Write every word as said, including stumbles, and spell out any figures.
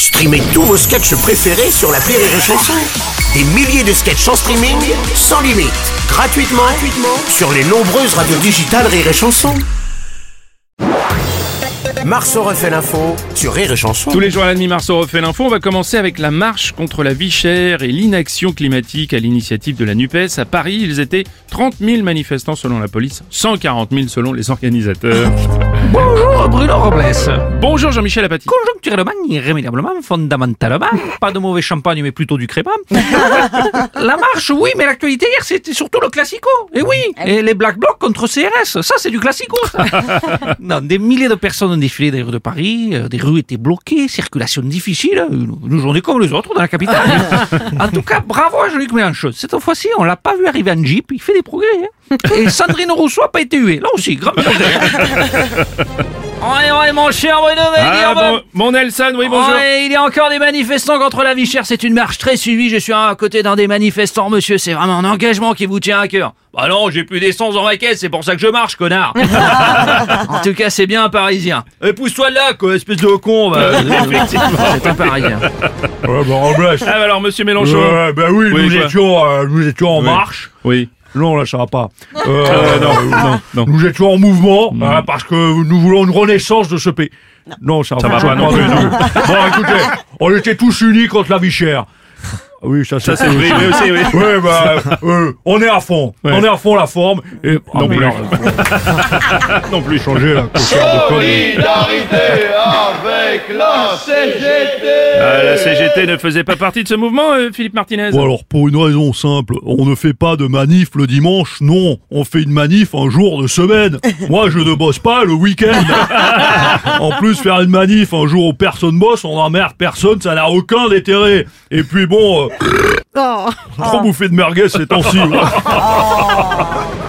Streamez tous vos sketchs préférés sur l'appli Rire et Chanson. Des milliers de sketchs en streaming, sans limite, gratuitement, gratuitement sur les nombreuses radios digitales Rire et Chanson. Marceau refait l'info sur Rire et Chanson. Tous les jours à la demi, Marceau refait l'info. On va commencer avec la marche contre la vie chère et l'inaction climatique à l'initiative de la NUPES. À Paris, ils étaient trente mille manifestants selon la police, cent quarante mille selon les organisateurs. Bonjour Bruno Robles. Bonjour Jean-Michel Apathy. Conjoncturellement, irrémédiablement, fondamentalement, pas de mauvais champagne mais plutôt du crément. La marche, oui, mais l'actualité hier c'était surtout le classico. Et oui, et les Black Blocs contre C R S, ça c'est du classico. Ça. Non, des milliers de personnes ont défilé dans les rues de Paris, euh, des rues étaient bloquées, circulation difficile, une, une journée comme les autres dans la capitale. En tout cas, bravo à Jean-Luc Mélenchon. Cette fois-ci, on l'a pas vu arriver en Jeep, il fait des progrès. Hein. Et Sandrine Rousseau a pas été huée, là aussi, grand progrès. Ouais, ouais, mon cher Bruno, Ah, bon, mon Nelson, oui, bonjour. Ouais, il y a encore des manifestants contre la vie chère. C'est une marche très suivie. Je suis à côté d'un des manifestants, monsieur. C'est vraiment un engagement qui vous tient à cœur. Bah non, j'ai plus d'essence dans ma caisse. C'est pour ça que je marche, connard. En tout cas, c'est bien un Parisien. Et pousse-toi de là, quoi, espèce de con. Bah, effectivement, c'est un Parisien. Ouais, bah, Robles. Ah, bah alors, monsieur Mélenchon. Ouais, bah oui, Oui, nous, quoi. étions, euh, nous étions en Oui. marche. Oui. Non, là, ça va pas. Euh, Euh, non, non, non. Nous étions en mouvement, hein, parce que nous voulons une renaissance de ce pays. Non, ça, Ça va pas non plus, du tout. Bon, écoutez, on était tous unis contre la vie chère. Ah oui, ça, Ça, c'est c'est oui, oui, aussi, oui. Ouais, bah, euh, on est à fond. Ouais. On est à fond la forme. Et, Non plus. non plus. Changer, là. cochère de conne. Solidarité avec la C G T. Ah, la C G T ne faisait pas partie de ce mouvement, euh, Philippe Martinez. Bon alors, pour une raison simple, on ne fait pas de manif le dimanche, non. On fait une manif un jour de semaine. Moi, je ne bosse pas le week-end. En plus, faire une manif un jour où personne bosse, on emmerde personne, ça n'a aucun intérêt. Et puis bon, euh, trop bouffé de merguez ces temps-ci. Ouais.